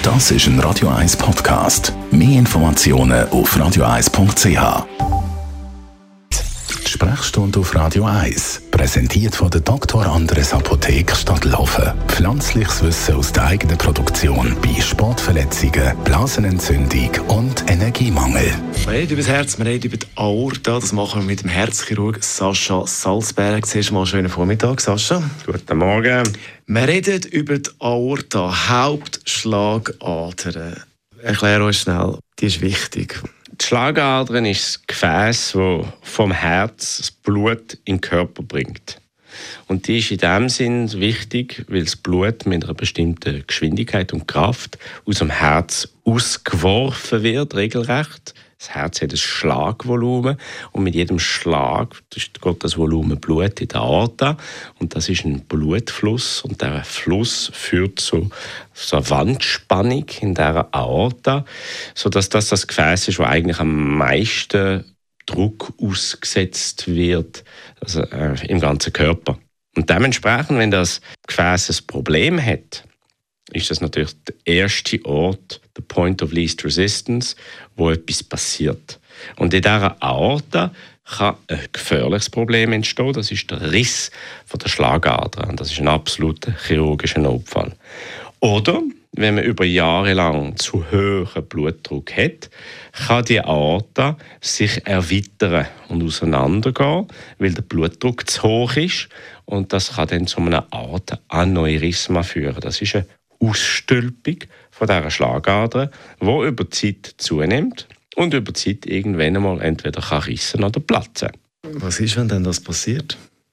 Das ist ein Radio 1 Podcast. Mehr Informationen auf radio1.ch. Die Sprechstunde auf Radio 1, präsentiert von der Dr. Andres Apotheke Stadtlaufen. Pflanzliches Wissen aus der eigenen Produktion bei Sportverletzungen, Blasenentzündung und Energiemangel. Wir reden über das Herz, wir reden über die Aorta. Das machen wir mit dem Herzchirurg Sascha Salzberg. Zuerst mal einen schönen Vormittag, Sascha. Guten Morgen. Wir reden über die Aorta, Hauptschlagader. Erklär uns schnell, die ist wichtig. Die Schlagadern ist das Gefäß, das vom Herz das Blut in den Körper bringt. Und die ist in dem Sinn wichtig, weil das Blut mit einer bestimmten Geschwindigkeit und Kraft aus dem Herz ausgeworfen wird, regelrecht. Das Herz hat ein Schlagvolumen und mit jedem Schlag geht das Volumen Blut in die Aorta und das ist ein Blutfluss und der Fluss führt zu so einer Wandspannung in dieser Aorta, sodass das Gefäß ist, das eigentlich am meisten Druck ausgesetzt wird, also im ganzen Körper. Und dementsprechend, wenn das Gefäß ein Problem hat, ist das natürlich der erste Ort, der Point of Least Resistance, wo etwas passiert. Und in dieser Aorta kann ein gefährliches Problem entstehen. Das ist der Riss von der Schlagader. Und das ist ein absoluter chirurgischer Notfall. Oder, wenn man über Jahre lang zu hohen Blutdruck hat, kann die Aorta sich erweitern und auseinandergehen, weil der Blutdruck zu hoch ist. Und das kann dann zu einer Art Aneurysma führen. Das ist eine Ausstülpung von dieser Schlagader, die über die Zeit zunimmt und über die Zeit irgendwann einmal entweder rissen oder platzen. Was ist, wenn denn das passiert?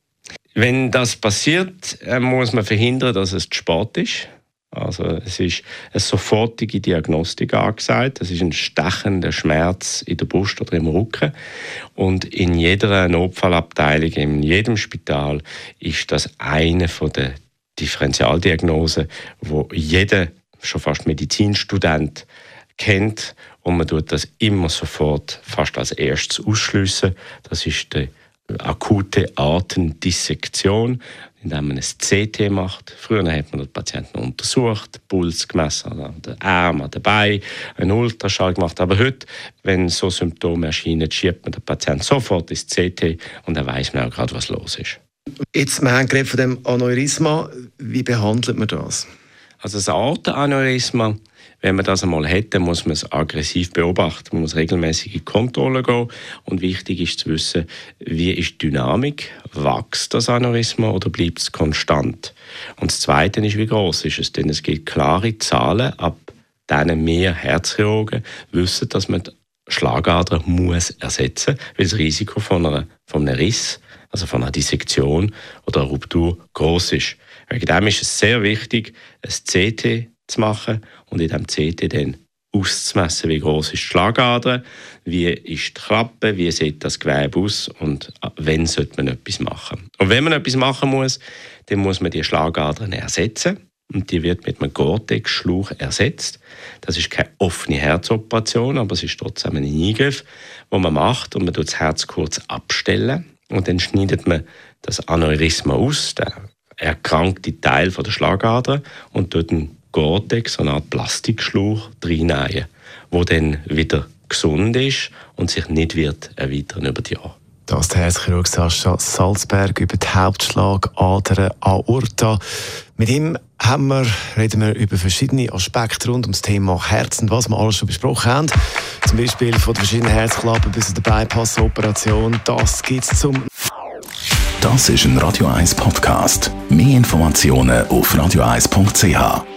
Wenn das passiert, muss man verhindern, dass es zu spät ist. Also es ist eine sofortige Diagnostik angesagt. Das ist ein stechender Schmerz in der Brust oder im Rücken. Und in jeder Notfallabteilung, in jedem Spital, ist das eine von den Differentialdiagnosen, wo jeder, schon fast Medizinstudent, kennt. Und man tut das immer sofort fast als erstes ausschliessen. Das ist die akute Aortendissektion, indem man ein CT macht. Früher hat man den Patienten untersucht, den Puls gemessen, an den Arm, an den Beinen, einen Ultraschall gemacht. Aber heute, wenn so Symptome erscheinen, schiebt man den Patienten sofort ins CT und dann weiss man auch gerade, was los ist. Jetzt, wir haben gerade von dem Aneurysma. Wie behandelt man das? Also das Aortenaneurysma, wenn man das einmal hat, dann muss man es aggressiv beobachten. Man muss regelmäßig in Kontrolle gehen. Und wichtig ist zu wissen, wie ist die Dynamik? Wächst das Aneurysma oder bleibt es konstant? Und das Zweite ist, wie groß ist es? Denn es gibt klare Zahlen, ab denen wir Herzchirurgen wissen, dass man die Schlagader muss ersetzen muss, weil das Risiko von einem Riss, also von einer Dissektion oder einer Ruptur, groß ist. Wegen dem ist es sehr wichtig, ein CT zu machen und in diesem CT dann auszumessen, wie groß ist die Schlagader, wie ist die Klappe, wie sieht das Gewebe aus und wann sollte man etwas machen. Und wenn man etwas machen muss, dann muss man die Schlagadern ersetzen. Und die wird mit einem Gore-Tex-Schlauch ersetzt. Das ist keine offene Herzoperation, aber es ist trotzdem ein Eingriff, den man macht und man tut das Herz kurz abstellen. Und dann schneidet man das Aneurysma aus, der erkrankte Teil der Schlagader, und tut einen Gore-Tex, so eine Art Plastikschlauch, reinnähen, der dann wieder gesund ist und sich nicht wird erweitern über die Jahre. Das ist der Herzchirurg Sascha Salzberg über die Hauptschlagader Aorta. Mit ihm reden wir über verschiedene Aspekte rund um das Thema Herz und was wir alles schon besprochen haben. Zum Beispiel von den verschiedenen Herzklappen bis zur Bypass-Operation. Das gibt's zum... Das ist ein Radio 1 Podcast. Mehr Informationen auf radio1.ch.